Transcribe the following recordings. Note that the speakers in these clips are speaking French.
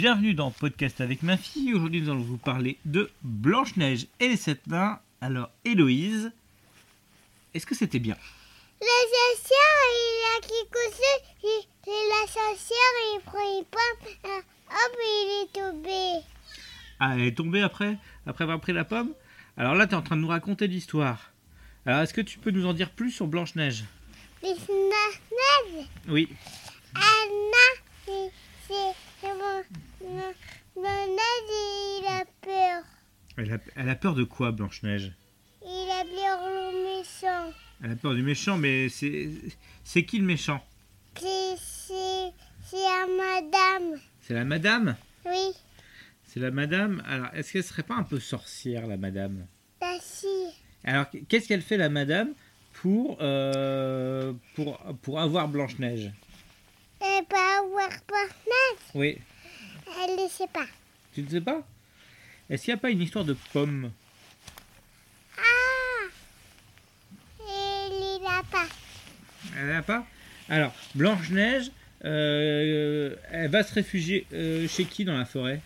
Bienvenue dans Podcast avec ma fille. Aujourd'hui, nous allons vous parler de Blanche-Neige et les 7 nains. Alors, Héloïse, est-ce que c'était bien? La sorcière, il a qui la sorcière, il prend une pomme, hop, il est tombé. Ah, elle est tombée après avoir pris la pomme? Alors là, tu es en train de nous raconter l'histoire. Alors, est-ce que tu peux nous en dire plus sur Blanche-Neige? Les neige, Oui. Anna, c'est mon neige, il a peur. Elle a peur de quoi, Blanche-Neige? Il a peur le méchant. Elle a peur du méchant, mais c'est qui le méchant? C'est la madame. C'est la madame? Oui, C'est la madame. Alors, est-ce qu'elle serait pas un peu sorcière, la madame? la fille. Alors, qu'est-ce qu'elle fait, la madame, pour avoir Blanche-Neige? Elle peut avoir neige. Oui. Elle ne sait pas. Tu ne sais pas? Est-ce qu'il n'y a pas une histoire de pomme? Ah, il n'a pas. Elle n'a pas? Alors, Blanche-Neige, elle va se réfugier chez qui dans la forêt?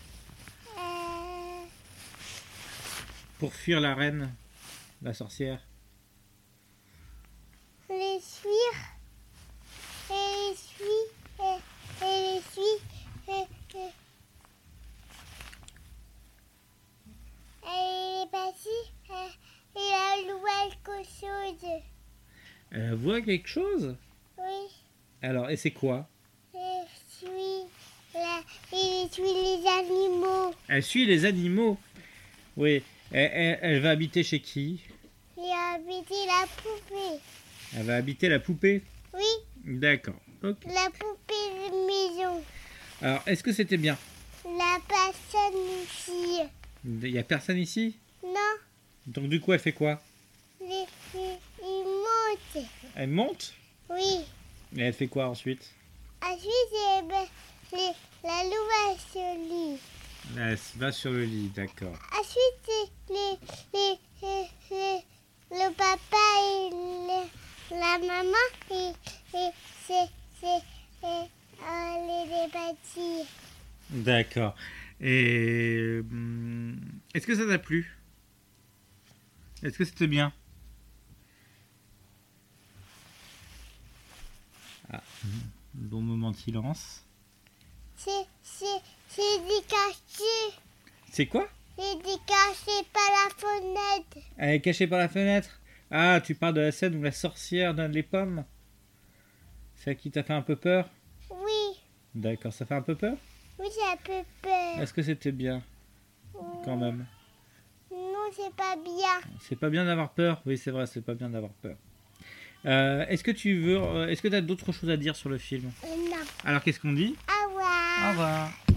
Pour fuir la reine, la sorcière. Les suivre. Et les suivre. Et les suivre. Elle est partie. Il a loué quelque chose. Elle voit quelque chose? Oui. Alors, et c'est quoi? Il suit les animaux. Elle suit les animaux. Oui. Elle va habiter chez qui? Il a habité la poupée. Elle va habiter la poupée? Oui, D'accord. Ok. la poupée de maison. Alors, est-ce que c'était bien? La personne ici. Il n'y a personne ici? Non, Donc, du coup, elle fait quoi? il monte. Elle monte? Oui. Et elle fait quoi ensuite? Ensuite, la louve sur le lit. Elle va sur le lit, d'accord. Ensuite, le papa et la maman, les bâtis. D'accord. Et est-ce que ça t'a plu? Est-ce que c'était bien? Ah, bon moment de silence. C'est décaché. C'est quoi? C'est décaché par la fenêtre. Elle est cachée par la fenêtre. Ah, tu parles de la scène où la sorcière donne les pommes? Celle qui t'a fait un peu peur? Oui, D'accord, ça fait un peu peur? oui, j'ai un peu peur. Est-ce que c'était bien quand même? Non, c'est pas bien. C'est pas bien d'avoir peur? Oui, c'est vrai, c'est pas bien d'avoir peur. Est-ce que tu as d'autres choses à dire sur le film? Non. Alors, qu'est-ce qu'on dit? Au revoir. Au revoir.